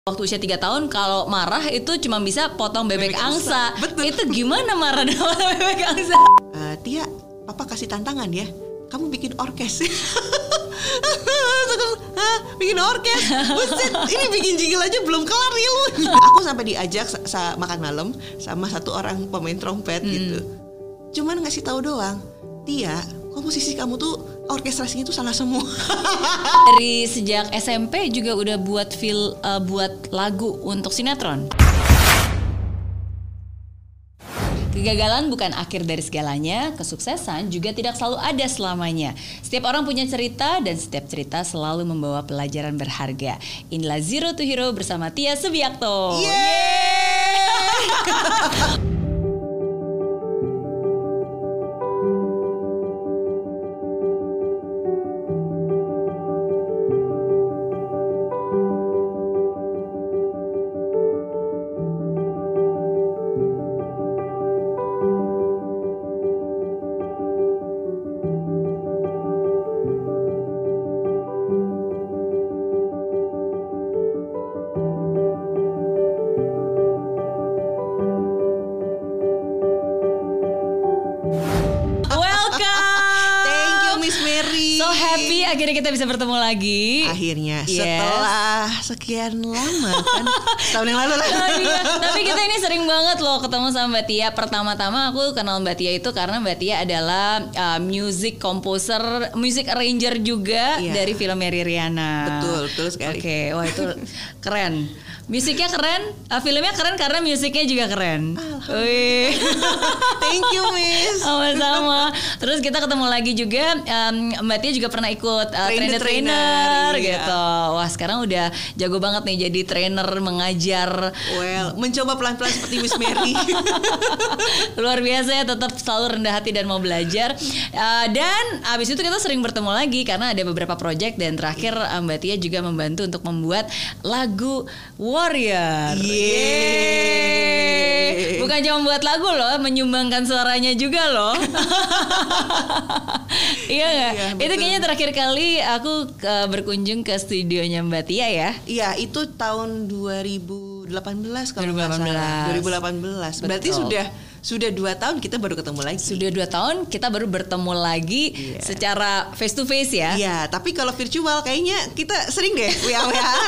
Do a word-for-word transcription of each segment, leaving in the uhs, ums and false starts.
Waktu usia tiga tahun kalau marah itu cuma bisa potong bebek, bebek angsa. angsa. Betul. Itu gimana marah dengan bebek angsa? Uh, Tia, papa kasih tantangan ya. Kamu bikin orkes. Hah, bikin orkes? Buset, ini bikin jingle aja belum kelar nih lu. Aku sampai diajak sa- sa- makan malam sama satu orang pemain trompet hmm. gitu. Cuman ngasih tahu doang. Tia, komposisi kamu tuh orkestrasinya tuh salah semua. Dari sejak S M P juga udah buat feel uh, buat lagu untuk sinetron. Kegagalan bukan akhir dari segalanya, kesuksesan juga tidak selalu ada selamanya. Setiap orang punya cerita dan setiap cerita selalu membawa pelajaran berharga. Inilah Zero to Hero bersama Tia Subiakto. Yeay! Akhirnya kita bisa bertemu lagi. Akhirnya yes. Setelah sekian lama kan setahun yang lalu lah. Oh, iya. Tapi kita ini sering banget loh ketemu sama Mbak Tia. Pertama-tama aku kenal Mbak Tia itu karena Mbak Tia adalah uh, music composer, music arranger juga yeah. dari film Mary Riana. Betul, betul sekali. Oke, okay. Wah itu keren. Musiknya keren, uh, filmnya keren karena musiknya juga keren. Wih. Thank you, Miss. Sama-sama. Terus kita ketemu lagi juga, um, Mbak Tia juga pernah ikut uh, trainer trainer iya. gitu. Wah sekarang udah jago banget nih jadi trainer mengajar. Well, mencoba pelan-pelan seperti Miss Mary. Luar biasa ya, tetap selalu rendah hati dan mau belajar. Uh, dan abis itu kita sering bertemu lagi karena ada beberapa project dan terakhir uh, Mbak Tia juga membantu untuk membuat lagu Warrior. Yeay. Bukan cuma buat lagu loh, menyumbangkan suaranya juga loh. Iya nggak? Iya, itu kayaknya terakhir kali aku uh, berkunjung ke studionya Mbak Tia ya. Iya, itu tahun dua ribu delapan belas kalau dua ribu delapan belas. nggak salah. dua ribu delapan belas. Berarti sudah sudah dua tahun kita baru ketemu lagi. Sudah dua tahun kita baru bertemu lagi yeah. secara face to face ya. Iya, tapi kalau virtual kayaknya kita sering deh W A-W A-an.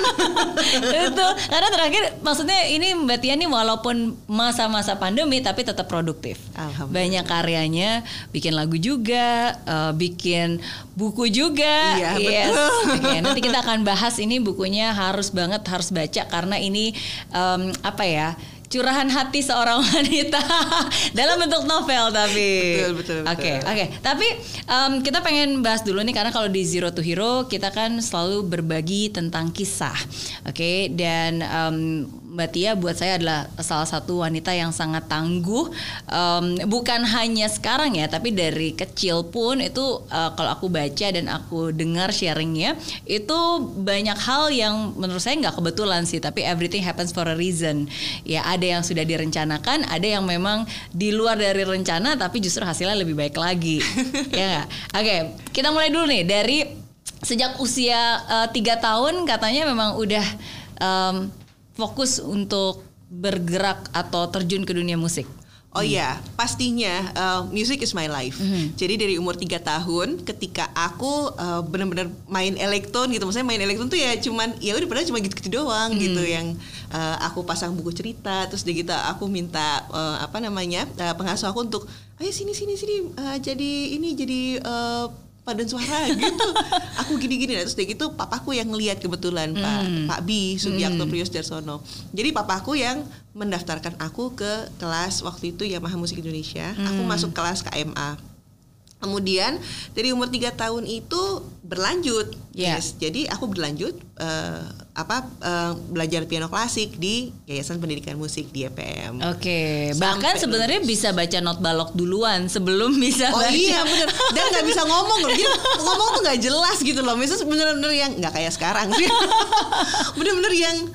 Itu karena terakhir maksudnya ini Mbak Tia nih walaupun masa-masa pandemi tapi tetap produktif. Banyak karyanya, bikin lagu juga, uh, bikin buku juga. Iya, yes. betul. Okay, nanti kita akan bahas ini bukunya harus banget harus baca karena ini um, apa ya? Curahan hati seorang wanita dalam bentuk novel tapi. Betul betul. Oke okay, oke. Okay. Tapi um, kita pengen bahas dulu nih karena kalau di Zero to Hero kita kan selalu berbagi tentang kisah. Oke okay? Dan um, Mbak Tia buat saya adalah salah satu wanita yang sangat tangguh. Um, bukan hanya sekarang ya, tapi dari kecil pun itu uh, kalau aku baca dan aku dengar sharingnya itu banyak hal yang menurut saya nggak kebetulan sih, tapi everything happens for a reason. Ya ada yang sudah direncanakan, ada yang memang di luar dari rencana, tapi justru hasilnya lebih baik lagi. Ya nggak? Oke, okay, kita mulai dulu nih dari sejak usia uh, tiga tahun katanya memang udah um, fokus untuk bergerak atau terjun ke dunia musik. Oh iya, hmm. pastinya uh, music is my life. Mm-hmm. Jadi dari umur tiga tahun ketika aku uh, benar-benar main elektron gitu. Maksudnya main elektron tuh ya cuman ya udah padahal cuma gitu-gitu doang mm. gitu yang uh, aku pasang buku cerita terus dia gitu aku minta uh, apa namanya uh, pengasuh aku untuk ayo sini sini sini uh, jadi ini jadi uh, paduan suara gitu. Aku gini-gini nah, terus dia gitu papaku yang ngelihat kebetulan mm. Pak Pak B Subiakto mm. Priyosudarsono. Jadi papaku yang mendaftarkan aku ke kelas waktu itu Yamaha Musik Indonesia. Mm. Aku masuk kelas K M A. Kemudian dari umur tiga tahun itu berlanjut, yeah. yes. Jadi aku berlanjut uh, apa uh, belajar piano klasik di Yayasan Pendidikan Musik di Y P M. Oke, okay. Bahkan sebenarnya bisa baca not balok duluan sebelum bisa oh, baca. Oh iya benar. Dan nggak bisa ngomong loh. Jadi ngomong tuh nggak jelas gitu loh. Misalnya bener-bener yang nggak kayak sekarang sih. Bener-bener yang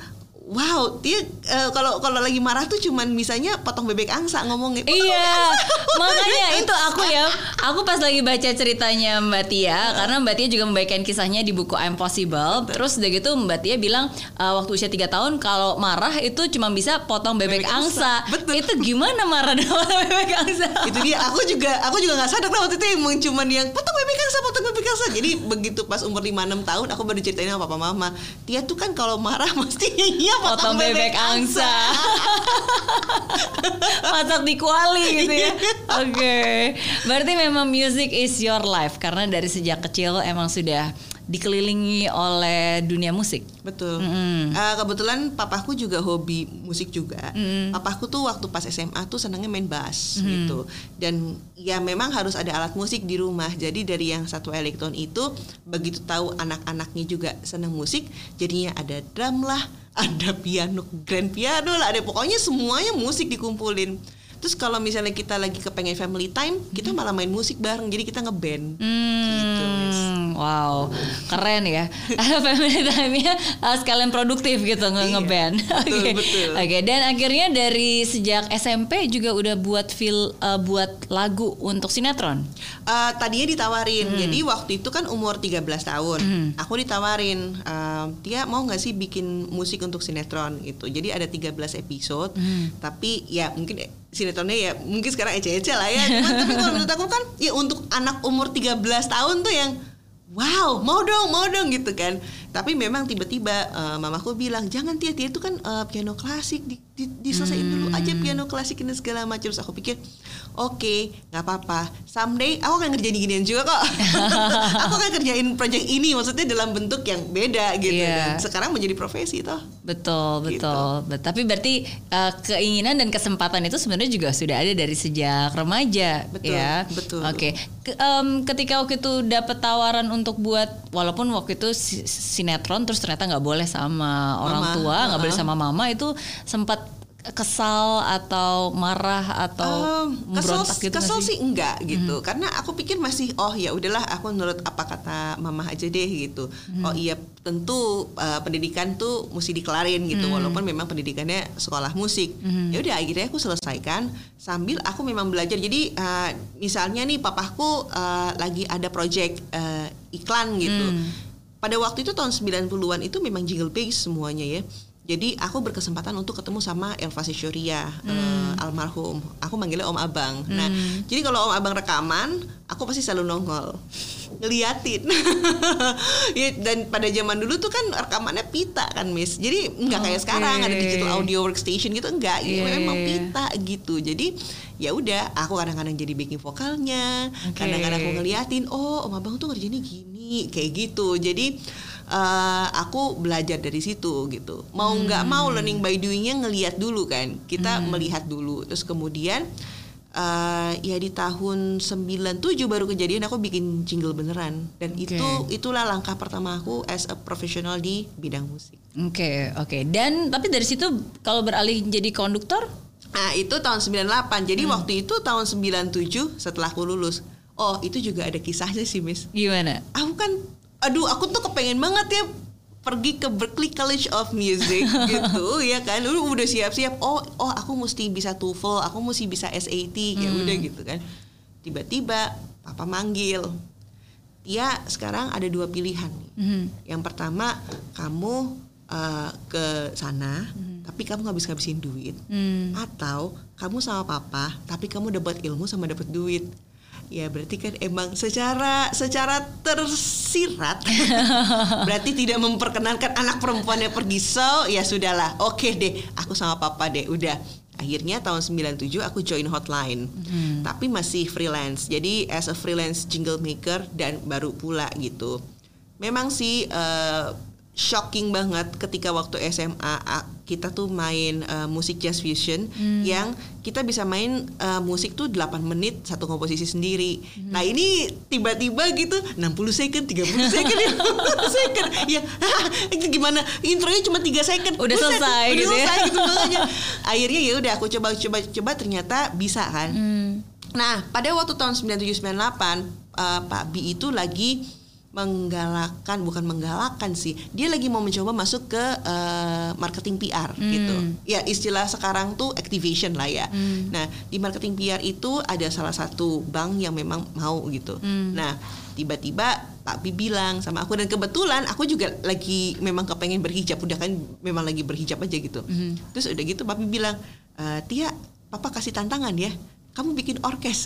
wow, dia uh, kalau kalau lagi marah tuh cuman bisanya potong bebek angsa ngomongin. Iya, makanya itu aku ya, aku pas lagi baca ceritanya Mbak Tia, uh. karena Mbak Tia juga membagikan kisahnya di buku I'm Possible. Betul. Terus udah gitu Mbak Tia bilang uh, waktu usia tiga tahun kalau marah itu cuma bisa potong bebek, bebek angsa. angsa. Betul. Itu gimana marah dengan bebek angsa? Itu dia, aku juga aku juga nggak sadar waktu itu emang cuman yang potong bebek angsa, potong bebek angsa. Jadi begitu pas umur lima enam tahun aku baru ceritain sama papa mama. Tia tuh kan kalau marah mesti iya potong, potong bebek, bebek angsa. angsa. Masak di kuali gitu ya. Oke. Okay. Berarti memang music is your life karena dari sejak kecil emang sudah dikelilingi oleh dunia musik. Betul. Mm-hmm. Uh, kebetulan papaku juga hobi musik juga. Mm-hmm. Papaku tuh waktu pas S M A tuh senangnya main bass mm-hmm. gitu. Dan ya memang harus ada alat musik di rumah. Jadi dari yang satu elektron itu begitu tahu anak-anaknya juga senang musik, jadinya ada drum lah, ada piano, grand piano lah, ada pokoknya semuanya musik dikumpulin. Terus kalau misalnya kita lagi kepengen family time, kita malah main musik bareng, jadi kita ngeband. Hmm, gitu, Miss. Wow, keren ya. Family time-nya uh, sekalian produktif gitu nge- iya, ngeband. Oke, okay. Oke. Okay. Dan akhirnya dari sejak S M P juga udah buat feel, uh, buat lagu untuk sinetron. Uh, tadinya ditawarin, hmm. jadi waktu itu kan umur tiga belas tahun, hmm. aku ditawarin, uh, dia mau nggak sih bikin musik untuk sinetron gitu. Jadi ada tiga belas episode, hmm. tapi ya mungkin sinetronnya ya mungkin sekarang ece-ece lah ya. Cuman, tapi kalau menurut aku kan ya untuk anak umur tiga belas tahun tuh yang wow, mau dong, mau dong gitu kan. Tapi memang tiba-tiba uh, mamaku bilang, jangan Tia, Tia itu kan uh, piano klasik, di, di, diselesain hmm. dulu aja piano klasik ini segala macam. Terus aku pikir, oke, okay, nggak apa-apa. Someday aku akan ngerjain ginian juga kok. Aku akan kerjain project ini, maksudnya dalam bentuk yang beda gitu. Yeah. Dan sekarang menjadi profesi toh. Betul, gitu. betul. Tapi berarti uh, keinginan dan kesempatan itu sebenarnya juga sudah ada dari sejak remaja, betul, ya. Betul. Oke. Okay. Um, ketika waktu itu dapat tawaran untuk buat, walaupun waktu itu sinetron terus ternyata nggak boleh sama orang mama, tua, nggak uh-huh. boleh sama mama, itu sempat kesal atau marah atau um, memberontak gitu? Kesel sih enggak gitu, mm-hmm. karena aku pikir masih oh ya udahlah aku nurut apa kata mama aja deh gitu. Mm-hmm. Oh iya tentu uh, pendidikan tuh mesti dikelarin gitu, mm-hmm. walaupun memang pendidikannya sekolah musik. Mm-hmm. Ya udah akhirnya aku selesaikan sambil aku memang belajar. Jadi uh, misalnya nih papaku uh, lagi ada project uh, iklan gitu. Mm. Pada waktu itu tahun sembilan puluhan itu memang jingle based semuanya ya. Jadi aku berkesempatan untuk ketemu sama Elva Sishoria, hmm. uh, almarhum. Aku manggilnya Om Abang. Hmm. Nah, jadi kalau Om Abang rekaman, aku pasti selalu nongol, ngeliatin. Dan pada zaman dulu tuh kan rekamannya pita kan, Miss. Jadi nggak kayak okay. sekarang ada digital audio workstation gitu, enggak. Yeah. Memang pita gitu. Jadi ya udah, aku kadang-kadang jadi backing vokalnya, okay. kadang-kadang aku ngeliatin, oh Om Abang tuh ngerjainnya gini, kayak gitu. Jadi Uh, aku belajar dari situ gitu. Mau nggak hmm. mau learning by doingnya ngelihat dulu kan. Kita hmm. melihat dulu. Terus kemudian uh, ya di tahun sembilan puluh tujuh baru kejadian aku bikin jingle beneran. Dan okay. itu itulah langkah pertama aku as a professional di bidang musik. Oke okay, oke. Okay. Dan tapi dari situ kalau beralih jadi konduktor? Nah itu tahun sembilan puluh delapan. Jadi hmm. waktu itu tahun sembilan puluh tujuh setelah aku lulus. Oh itu juga ada kisahnya sih, Miss. Gimana? Aku kan aduh aku tuh kepengen banget ya pergi ke Berklee College of Music gitu ya kan. Lu udah siap-siap, oh oh aku mesti bisa TOEFL, aku mesti bisa S A T, ya udah hmm. gitu kan. Tiba-tiba papa manggil, Tia sekarang ada dua pilihan. Hmm. Yang pertama kamu uh, ke sana, hmm. tapi kamu ngabis-ngabisin duit, hmm. atau kamu sama papa, tapi kamu dapat ilmu sama dapat duit. Ya berarti kan emang secara secara tersirat berarti tidak memperkenankan anak perempuannya pergi, so ya sudahlah, oke okay deh aku sama papa deh udah. Akhirnya tahun sembilan puluh tujuh aku join Hotline, hmm. tapi masih freelance, jadi as a freelance jingle maker dan baru pula gitu. Memang sih uh, shocking banget ketika waktu S M A kita tuh main uh, musik jazz fusion hmm. yang kita bisa main uh, musik tuh delapan menit satu komposisi sendiri. Hmm. Nah ini tiba-tiba gitu enam puluh second, tiga puluh second, lima puluh second. Ya itu gimana? Intronya cuma tiga second. Udah Buset, selesai udah gitu selesai ya. Gitu aja. Akhirnya ya udah aku coba-coba-coba ternyata bisa kan. Hmm. Nah pada waktu tahun sembilan puluh tujuh sembilan puluh delapan uh, Pak Bi itu lagi menggalakkan, bukan menggalakkan sih, dia lagi mau mencoba masuk ke uh, marketing P R hmm. gitu. Ya istilah sekarang tuh activation lah ya. Hmm. Nah di marketing P R itu ada salah satu bank yang memang mau gitu. Hmm. Nah tiba-tiba Pak Bi bilang sama aku, dan kebetulan aku juga lagi memang kepengen berhijab, udah kan memang lagi berhijab aja gitu. Hmm. Terus udah gitu Pak Bi bilang, e, Tia, Papa kasih tantangan ya, kamu bikin orkes.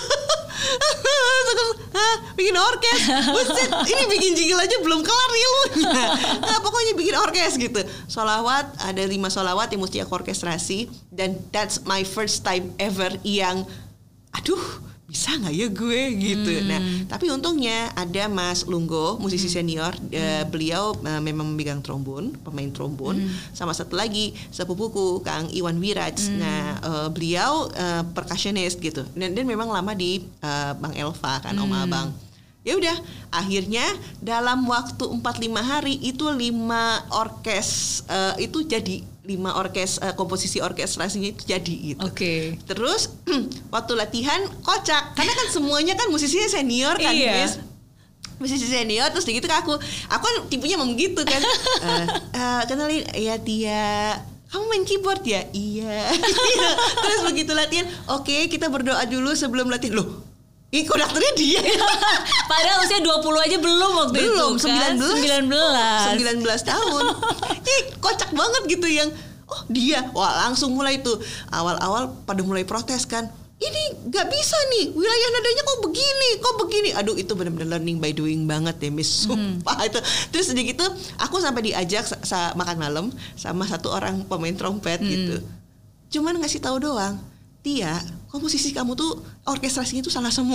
Hah, bikin orkes, buset, ini bikin jingle aja belum kelar nih lu. Nah, pokoknya bikin orkes gitu. Solawat, ada lima solawat yang mesti aku orkestrasi, dan that's my first time ever yang, aduh, bisa nggak ya gue gitu. Hmm. Nah, tapi untungnya ada Mas Lunggo, musisi senior, hmm. uh, beliau uh, memang memegang trombon, pemain trombon, hmm. sama satu lagi sepupuku Kang Iwan Wiraj. Hmm. Nah, uh, beliau uh, percussionist gitu. Dan, dan memang lama di uh, Bang Elva kan, hmm. Om Abang. Ya udah, akhirnya dalam waktu empat lima hari itu lima orkes uh, itu jadi lima orkes uh, komposisi orkestrasinya itu jadi gitu. Oke. Okay. Terus waktu latihan kocak karena kan semuanya kan musisinya senior kan, iya. Guys. Musisi senior terus gitu ke aku. Aku kan tipenya memang gitu kan. uh, uh, kenalin ya Tia. Kamu main keyboard ya? Iya. Terus begitu latihan, oke okay, kita berdoa dulu sebelum latihan. Loh, ini konduktornya dia. Padahal usia dua puluh aja belum waktu belum, itu kan? sembilan belas sembilan belas sembilan belas tahun. Ini kocak banget gitu yang, oh dia. Wah langsung mulai tuh. Awal-awal pada mulai protes kan. Ini gak bisa nih, wilayah nadanya kok begini, kok begini. Aduh itu benar-benar learning by doing banget ya Miss. Sumpah hmm. itu. Terus udah gitu, aku sampai diajak sa- sa- makan malam sama satu orang pemain trompet hmm. gitu. Cuman ngasih tahu doang. Tia, komposisi kamu tuh orkestrasinya tuh salah semua.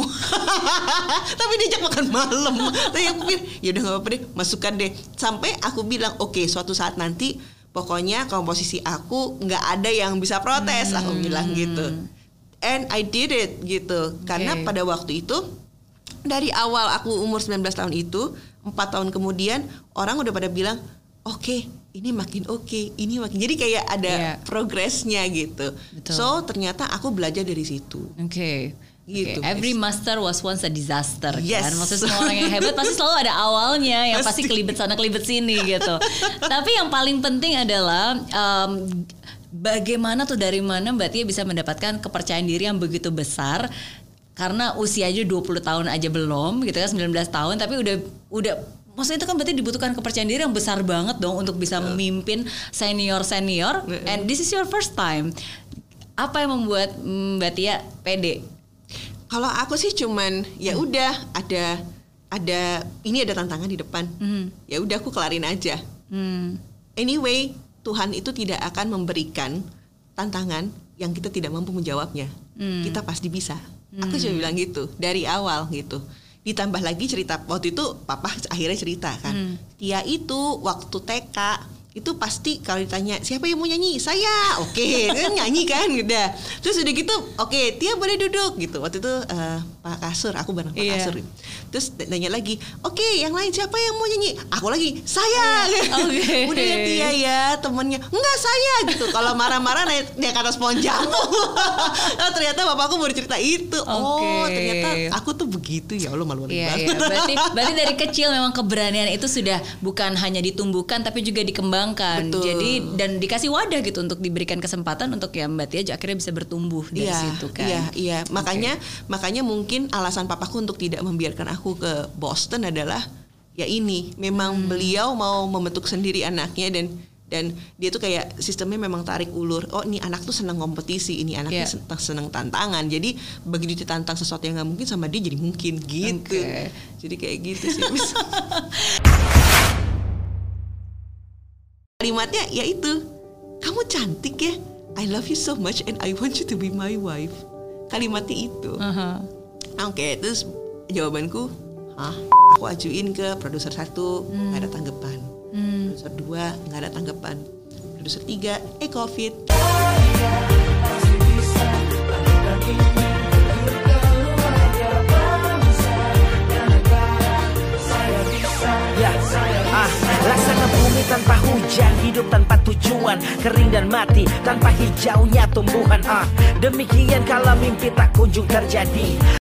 Tapi diajak makan malam. Tapi aku pikir, ya udah nggak apa-apa deh, masukkan deh. Sampai aku bilang, oke, okay, suatu saat nanti, pokoknya komposisi aku nggak ada yang bisa protes. Hmm. Aku bilang gitu. And I did it gitu. Karena okay. pada waktu itu, dari awal aku umur sembilan belas tahun itu, empat tahun kemudian orang udah pada bilang, oke. Okay, ini makin oke, okay, ini makin, jadi kayak ada yeah. progresnya gitu. Betul. So ternyata aku belajar dari situ. Oke. Okay. Gitu. Okay. Every master was once a disaster, yes. kan? Maksudnya semua orang yang hebat pasti selalu ada awalnya, yang pasti kelibet sana kelibet sini gitu. Tapi yang paling penting adalah um, bagaimana tuh, dari mana Mbak Tia bisa mendapatkan kepercayaan diri yang begitu besar. Karena usianya dua puluh tahun aja belum gitu kan, sembilan belas tahun, tapi udah udah maksudnya itu kan berarti dibutuhkan kepercayaan diri yang besar banget dong untuk bisa memimpin senior-senior. And this is your first time. Apa yang membuat Mbak Tia pede? Kalau aku sih cuman ya udah hmm. ada ada ini ada tantangan di depan. Hmm. Ya udah aku kelarin aja. Hmm. Anyway, Tuhan itu tidak akan memberikan tantangan yang kita tidak mampu menjawabnya. Hmm. Kita pasti bisa. Hmm. Aku cuma bilang gitu dari awal gitu. Ditambah lagi cerita waktu itu papa akhirnya cerita kan, hmm. Tia itu waktu T K itu pasti kalau ditanya siapa yang mau nyanyi, saya, oke, okay. Kan nyanyi kan, udah. Terus udah gitu, oke, okay, Tia boleh duduk gitu. Waktu itu uh, Pak Kasur, aku bareng Pak yeah. Kasur. Terus nanya lagi, oke, okay, yang lain siapa yang mau nyanyi? Aku lagi, saya. Okay. Udah ya Tia ya, temennya, enggak saya gitu. Kalau marah-marah naik naik ke atas pohon jambu. Oh, ternyata bapakku baru cerita itu. Okay. Oh, ternyata aku tuh begitu ya, Allah malu-malu yeah, banget. Yeah. Berarti, berarti dari kecil memang keberanian itu sudah bukan hanya ditumbuhkan tapi juga dikembangkan. Betul. Jadi dan dikasih wadah gitu untuk diberikan kesempatan untuk ya Mbak Tia akhirnya bisa bertumbuh dari iya, situ kan. Iya, iya. Makanya okay. makanya mungkin alasan papaku untuk tidak membiarkan aku ke Boston adalah ya ini, memang hmm. beliau mau membentuk sendiri anaknya, dan dan dia tuh kayak sistemnya memang tarik ulur. Oh, ini anak tuh senang kompetisi, ini anaknya yeah. senang tantangan. Jadi begitu ditantang sesuatu yang nggak mungkin sama dia jadi mungkin gitu. Okay. Jadi kayak gitu sih. Kalimatnya yaitu, kamu cantik ya, I love you so much and I want you to be my wife. Kalimatnya itu. Uh-huh. Oke, okay, terus jawabanku, hah? Aku ajuin ke produser satu, hmm. gak ada tanggapan. Hmm. Produser dua, gak ada tanggapan. Produser tiga, eh COVID. Ya, ah, laksana bumi tanpa hujan, hidup tanpa tujuan, kering dan mati tanpa hijaunya tumbuhan. Ah, demikian kalau mimpi tak kunjung terjadi.